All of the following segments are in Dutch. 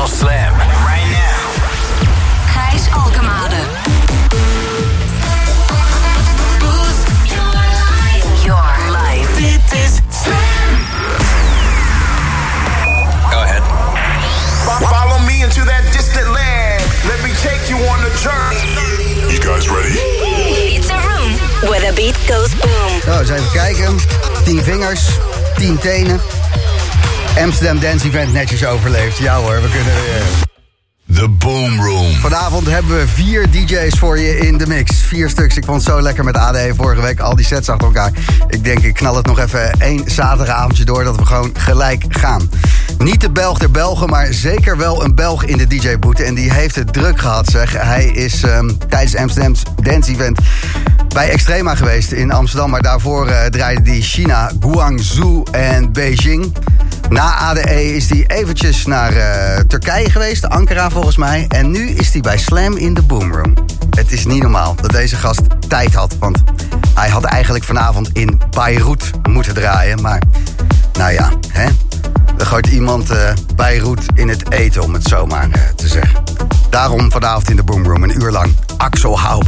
Call Slam right now. Gijs Alkemade. Boost your life. Dit is Slam. Go ahead. Follow me into that distant land. Let me take you on a journey. You guys ready? It's a room where the beat goes boom. Zo, eens even kijken. 10 vingers, 10 tenen. Amsterdam Dance Event netjes overleefd. Ja hoor, we kunnen The Boom Room. Vanavond hebben we 4 DJ's voor je in de mix. 4 stuks. Ik vond het zo lekker met ADE vorige week. Al die sets achter elkaar. Ik denk, ik knal het nog even 1 zaterdagavondje door, dat we gewoon gelijk gaan. Niet de Belg der Belgen, maar zeker wel een Belg in de DJ-boete. En die heeft het druk gehad, zeg. Hij is tijdens Amsterdam's Dance Event bij Extrema geweest in Amsterdam. Maar daarvoor draaide hij China, Guangzhou en Beijing. Na ADE is hij eventjes naar Turkije geweest, Ankara volgens mij. En nu is hij bij Slam in de Boom Room. Het is niet normaal dat deze gast tijd had, want hij had eigenlijk vanavond in Beirut moeten draaien. Maar, nou ja, hè? Er gooit iemand Beirut in het eten, om het zo maar te zeggen. Daarom vanavond in de Boom Room, een uur lang, Axel Haube.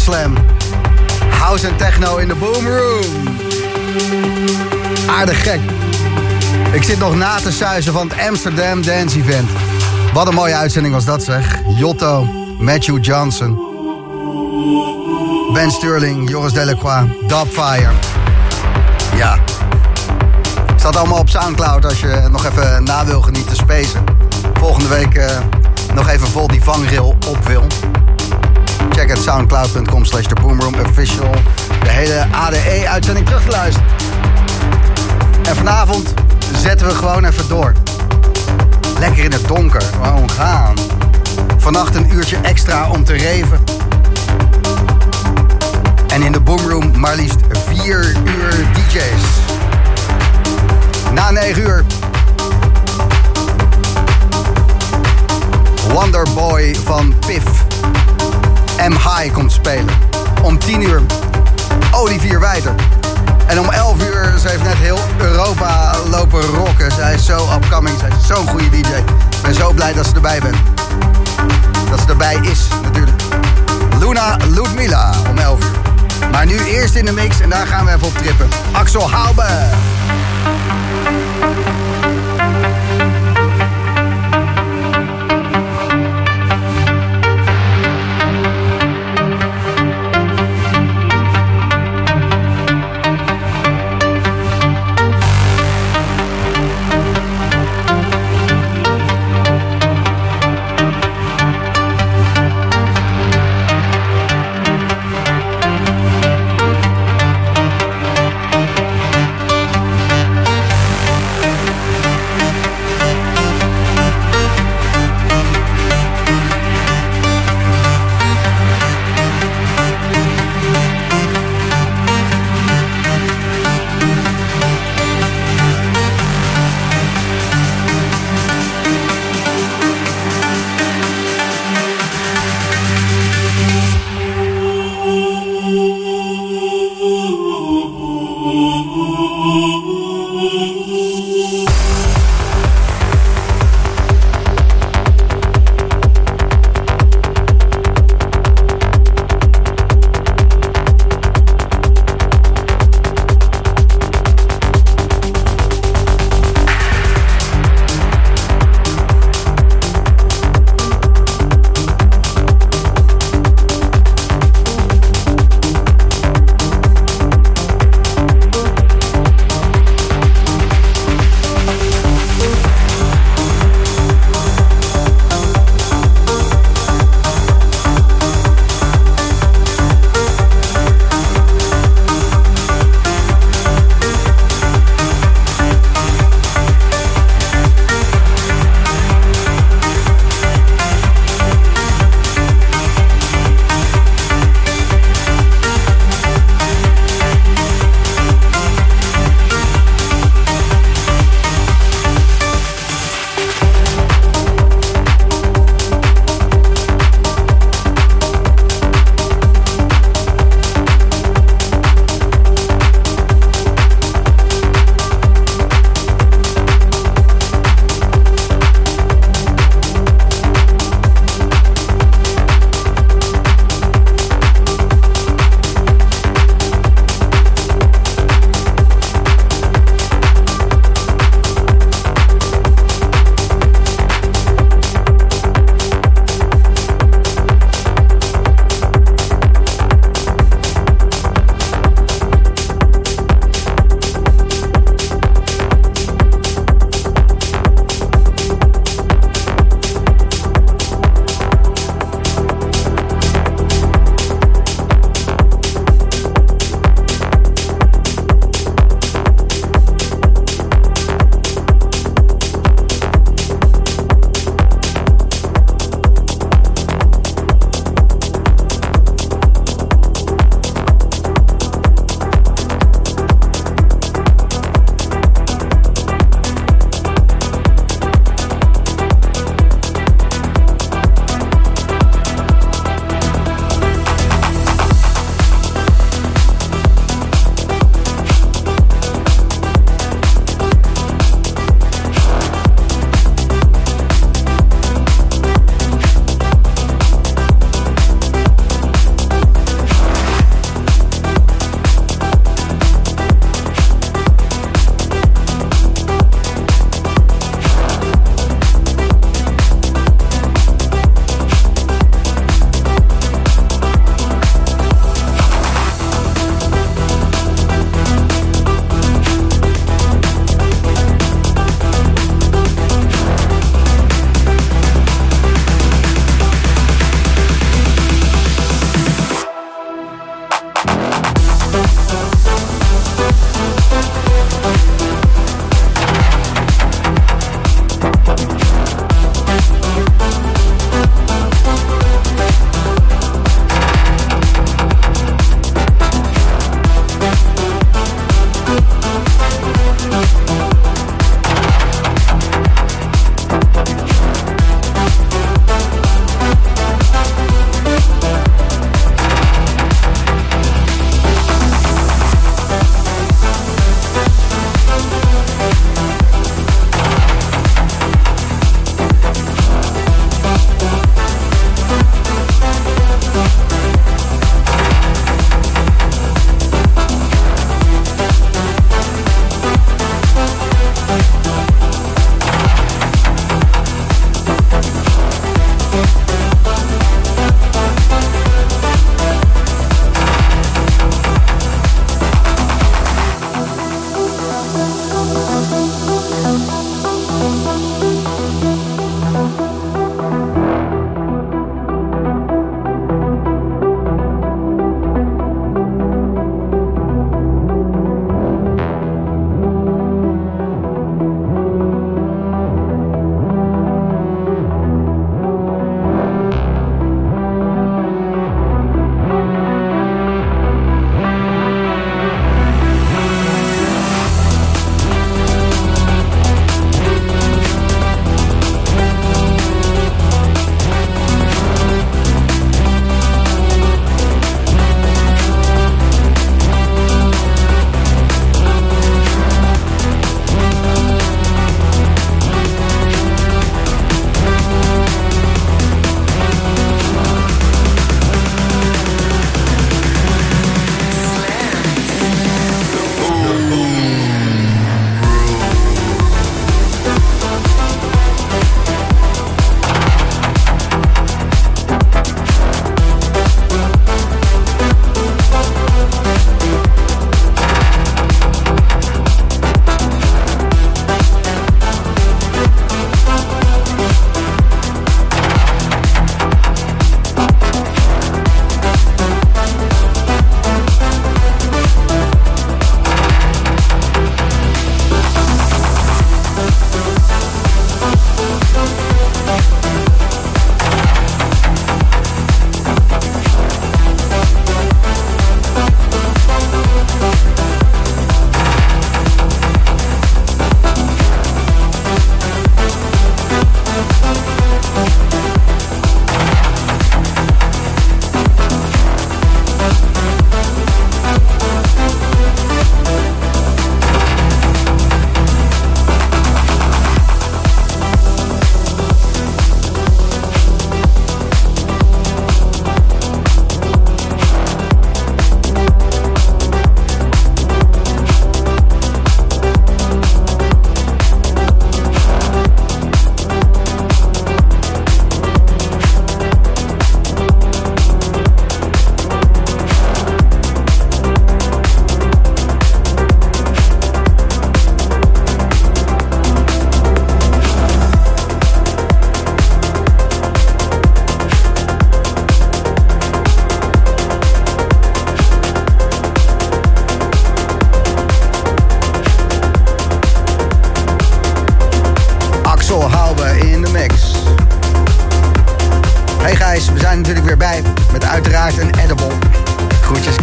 Slam. House en techno in de Boom Room. Aardig gek. Ik zit nog na te suizen van het Amsterdam Dance Event. Wat een mooie uitzending was dat, zeg. Jotto, Matthew Johnson, Ben Sterling, Joris Delacroix, Dubfire. Ja. Staat allemaal op Soundcloud als je nog even na wil genieten, spacen. Volgende week nog even vol die vangrail op wil. Check het soundcloud.com/theboomroomofficial. De hele ADE-uitzending terug te luisteren. En vanavond zetten we gewoon even door. Lekker in het donker, gewoon gaan. Vannacht een uurtje extra om te reven. En in de Boomroom maar liefst 4 uur DJ's. Na 9 uur... Wonderboy van Piff. M-High komt spelen. Om 10 uur Olivier Wijter. En om 11 uur, ze heeft net heel Europa lopen rocken. Zij is zo upcoming, zij is zo'n goede DJ. Ik ben zo blij dat ze erbij bent. Dat ze erbij is, natuurlijk. Luna Ludmilla om 11 uur. Maar nu eerst in de mix en daar gaan we even op trippen. Axel Haube.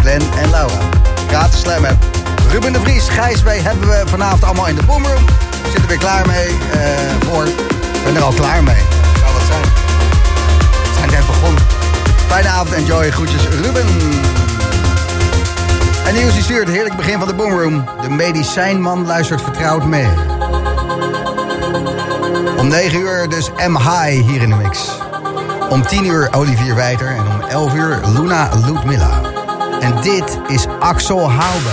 Glenn en Laura. Gratis Slam app. Ruben de Vries, Gijs, wij hebben we vanavond allemaal in de Boomroom. We zitten weer klaar mee voor. Ik ben er al klaar mee. Zou wat zijn. We zijn net begonnen. Fijne avond, enjoy. Groetjes, Ruben. En nieuws die stuurt, heerlijk begin van de Boomroom. De medicijnman luistert vertrouwd mee. Om 9 uur dus M-High hier in de mix. Om 10 uur Olivier Wijter en om 11 uur Luna Ludmilla. En dit is Axel Haube.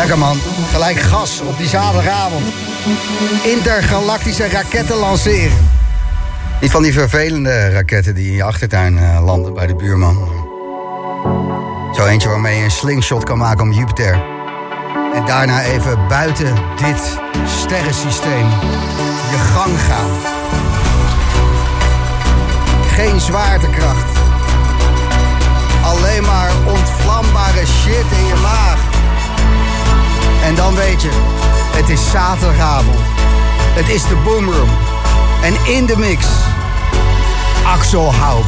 Lekker man, gelijk gas op die zaterdagavond. Intergalactische raketten lanceren. Niet van die vervelende raketten die in je achtertuin landen bij de buurman. Zo eentje waarmee je een slingshot kan maken om Jupiter. En daarna even buiten dit sterrensysteem je gang gaan. Geen zwaartekracht. Alleen maar ontvlambare shit in je maag. En dan weet je, het is zaterdagavond. Het is de Boomroom. En in de mix, Axel Haube.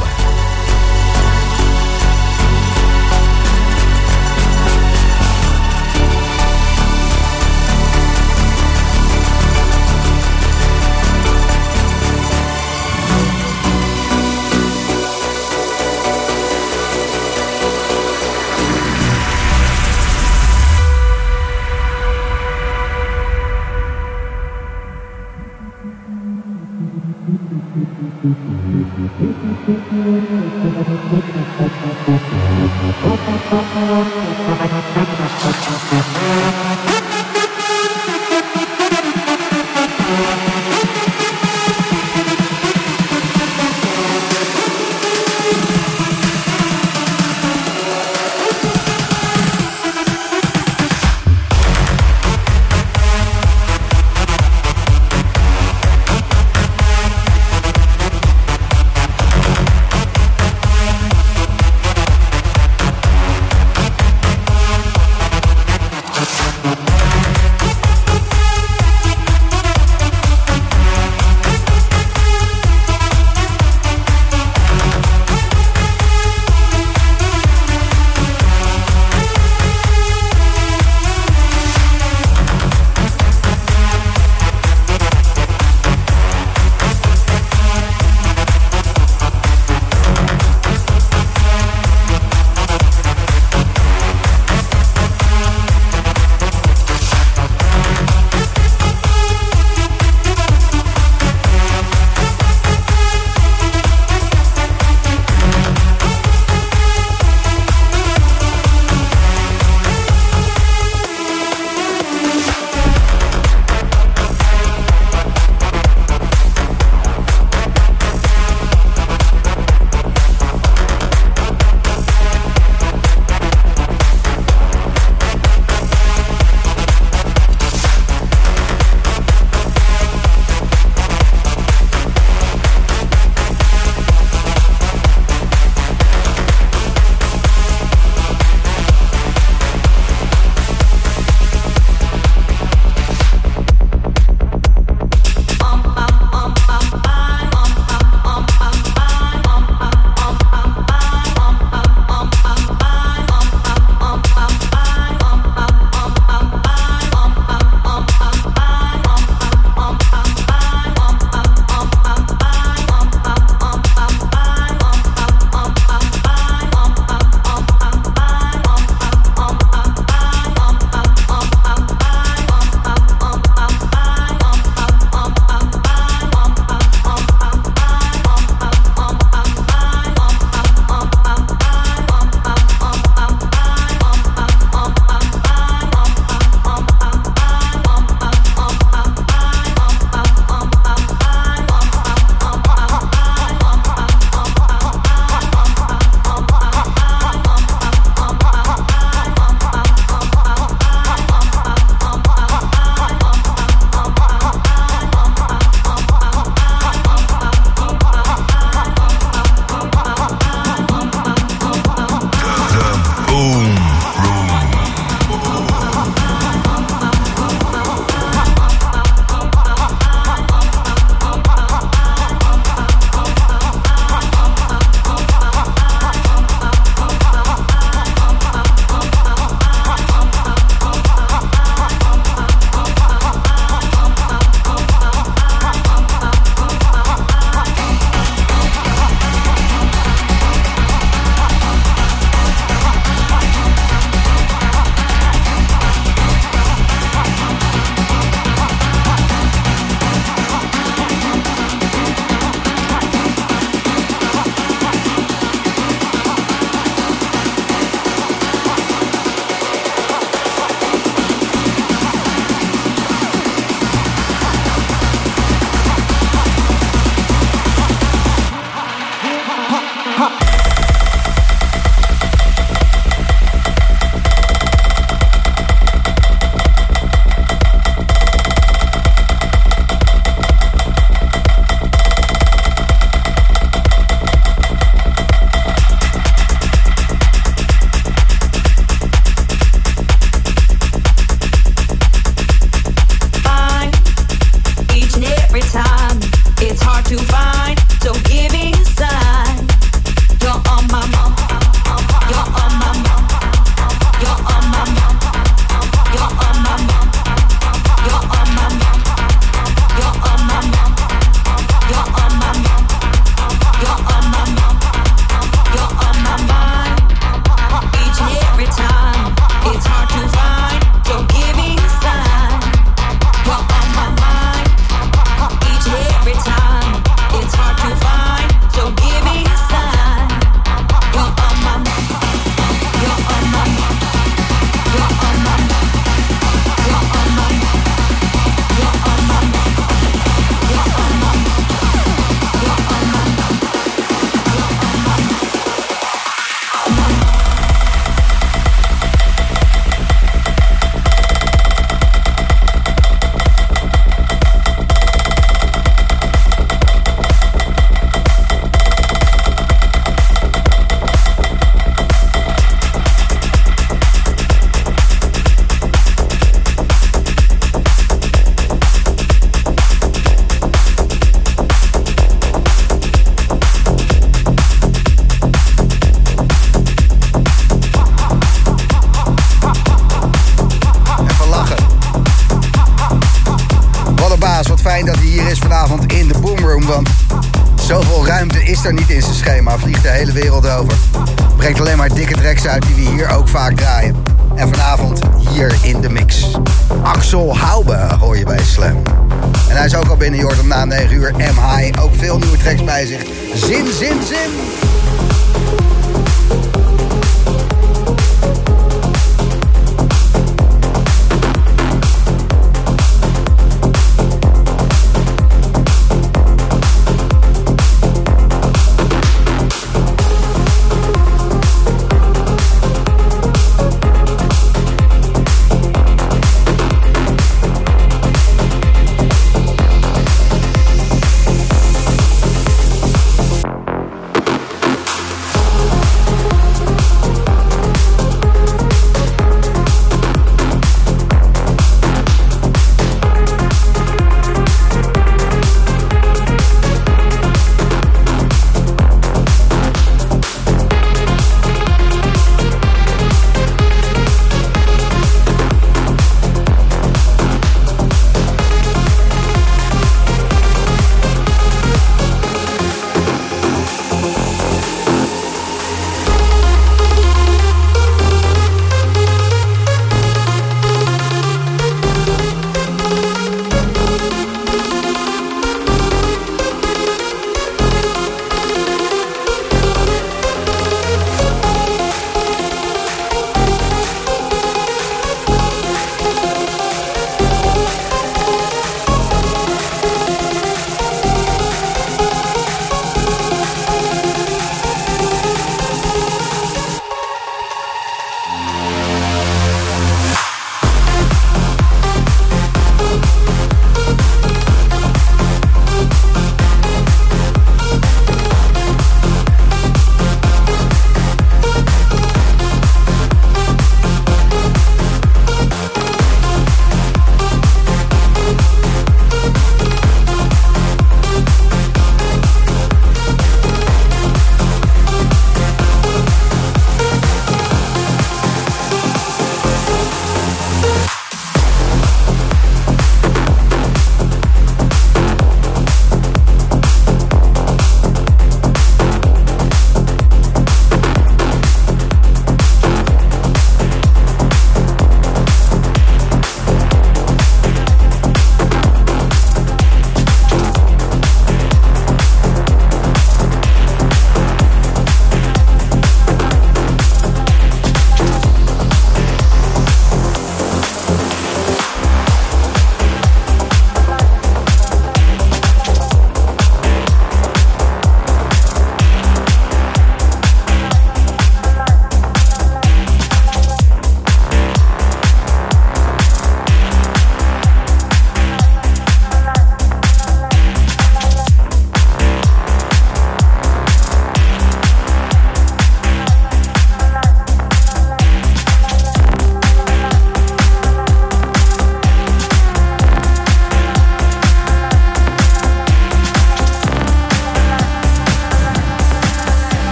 is er niet in zijn schema. Vliegt de hele wereld over. Brengt alleen maar dikke tracks uit die we hier ook vaak draaien. En vanavond hier in de mix. Axel Haube hoor je bij Slam. En hij is ook al binnen, je hoort hem na 9 uur. M-High, ook veel nieuwe tracks bij zich. Zin.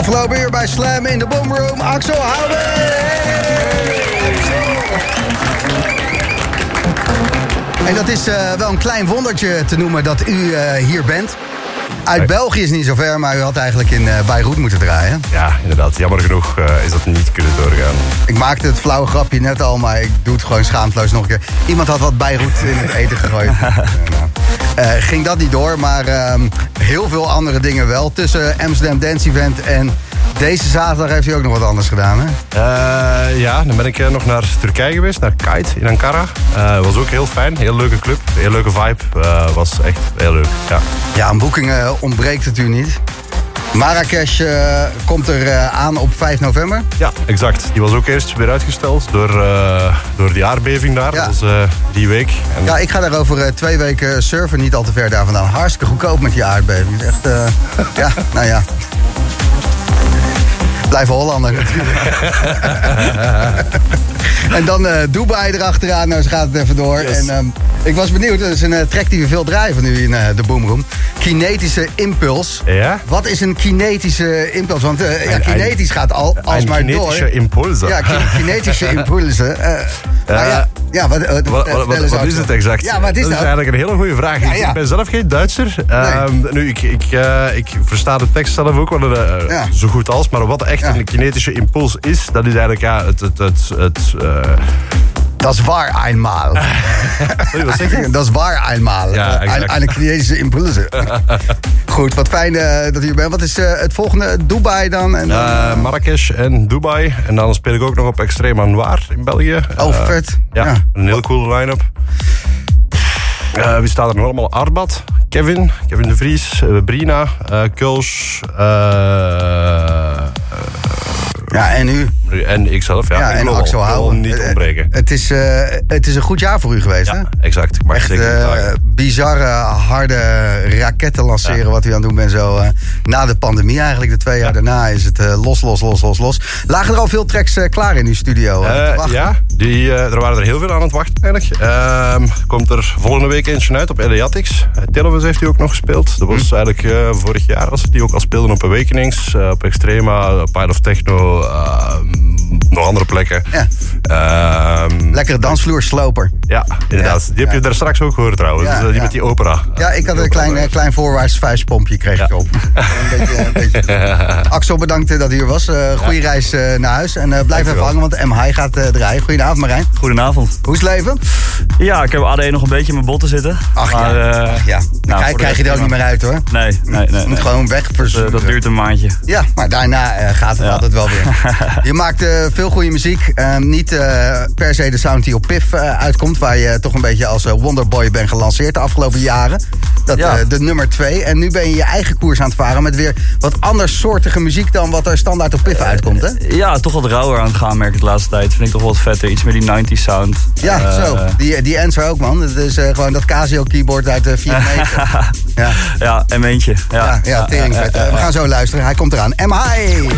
Afgelopen uur bij Slam in de Boomroom, Axel Houden. En dat is wel een klein wondertje te noemen dat u hier bent. Uit België is niet zo ver, maar u had eigenlijk in Beirut moeten draaien. Ja, inderdaad. Jammer genoeg is dat niet kunnen doorgaan. Ik maakte het flauwe grapje net al, maar ik doe het gewoon schaamteloos nog een keer. Iemand had wat Beirut in het eten gegooid. Ging dat niet door, maar heel veel andere dingen wel. Tussen Amsterdam Dance Event en deze zaterdag heeft u ook nog wat anders gedaan, hè? Ja, dan ben ik nog naar Turkije geweest, naar Kite in Ankara. Was ook heel fijn, heel leuke club, heel leuke vibe. Was echt heel leuk, ja. Ja, aan boekingen ontbreekt het u niet. Marrakesh komt er aan op 5 november. Ja, exact. Die was ook eerst weer uitgesteld door die aardbeving daar. Ja. Dat was die week. En Ja, ik ga daar over 2 weken surfen, niet al te ver daar vandaan. Hartstikke goedkoop met die aardbeving. Echt, ja, nou ja. Blijven Hollander natuurlijk. En dan Dubai erachteraan, nou, ze gaat het even door. Yes. En ik was benieuwd, dat is een track die we veel draaien van nu in de Boomroom. Kinetische impuls. Ja? Wat is een kinetische impuls? Want kinetisch gaat alsmaar door. kinetische impulsen. Ja, kinetische impulsen. Wat is het exact? Ja, wat is dat dat? is eigenlijk een hele goede vraag. Ja, ja. Ik ben zelf geen Duitser. Nu, ik versta de tekst zelf ook wel zo goed als. Maar wat echt een kinetische impuls is, dat is eigenlijk Dat is waar eenmaal. Sorry, wat zeg je? Dat is waar eenmaal. Ja, exact. Een kinetische impulsen. Goed, wat fijn dat u er bent. Wat is het volgende? Dubai dan? En dan Marrakesh en Dubai. En dan speel ik ook nog op Extrema Noir in België. vet. Ja, een heel coole line-up. Wie staat er nog allemaal? Arbat, Kevin de Vries, Brina, Kuls. Ja, en u? En ikzelf, ja. En Axel Houden. Niet ontbreken. Het is een goed jaar voor u geweest, hè? Ja, exact. Ik mag Echt zeker niet klagen. bizarre, harde raketten lanceren wat u aan het doen bent zo. Na de pandemie eigenlijk, de 2 jaar daarna is het los. Lagen er al veel tracks klaar in uw studio? Te wachten? Ja, er waren er heel veel aan het wachten eigenlijk. Komt er volgende week eentje uit op Eliatics. Televis heeft hij ook nog gespeeld. Dat was eigenlijk vorig jaar als die ook al speelden op Awakenings. Op Extrema, Pile of Techno, nog andere plekken. Ja. Lekkere dansvloersloper. Ja, inderdaad. Die heb je daar straks ook gehoord trouwens. Ja, Dus, die met die opera. Ja, ik had een klein voorwaarts vuistpompje kreeg ik op. Een beetje. Axel, bedankt dat u er was. Goeie reis naar huis. En blijf even hangen, want MH gaat draaien. Goedenavond, Marijn. Goedenavond. Hoe is het leven? Ja, ik heb AD nog een beetje in mijn botten zitten. Ach maar, ja. Dan krijg je er ook niet meer uit, hoor. Nee. Je moet gewoon weg verzuren. Dat duurt een maandje. Ja, maar daarna gaat het altijd wel weer. Je maakt veel goede muziek. Niet per se de sound die op Piff uitkomt, waar je toch een beetje als Wonderboy bent gelanceerd de afgelopen jaren. De nummer 2. En nu ben je je eigen koers aan het varen met weer wat andersoortige muziek dan wat er standaard op Piff uitkomt, hè? Ja, toch wat rauwer aan het gaan, merk ik de laatste tijd. Vind ik toch wat vetter. Iets meer die 90s sound. Ja, zo. Die Enzo ook, man. Het is gewoon dat Casio keyboard uit 94. Ja, en eentje. Ja, teringvet. We gaan zo luisteren. Hij komt eraan. MH!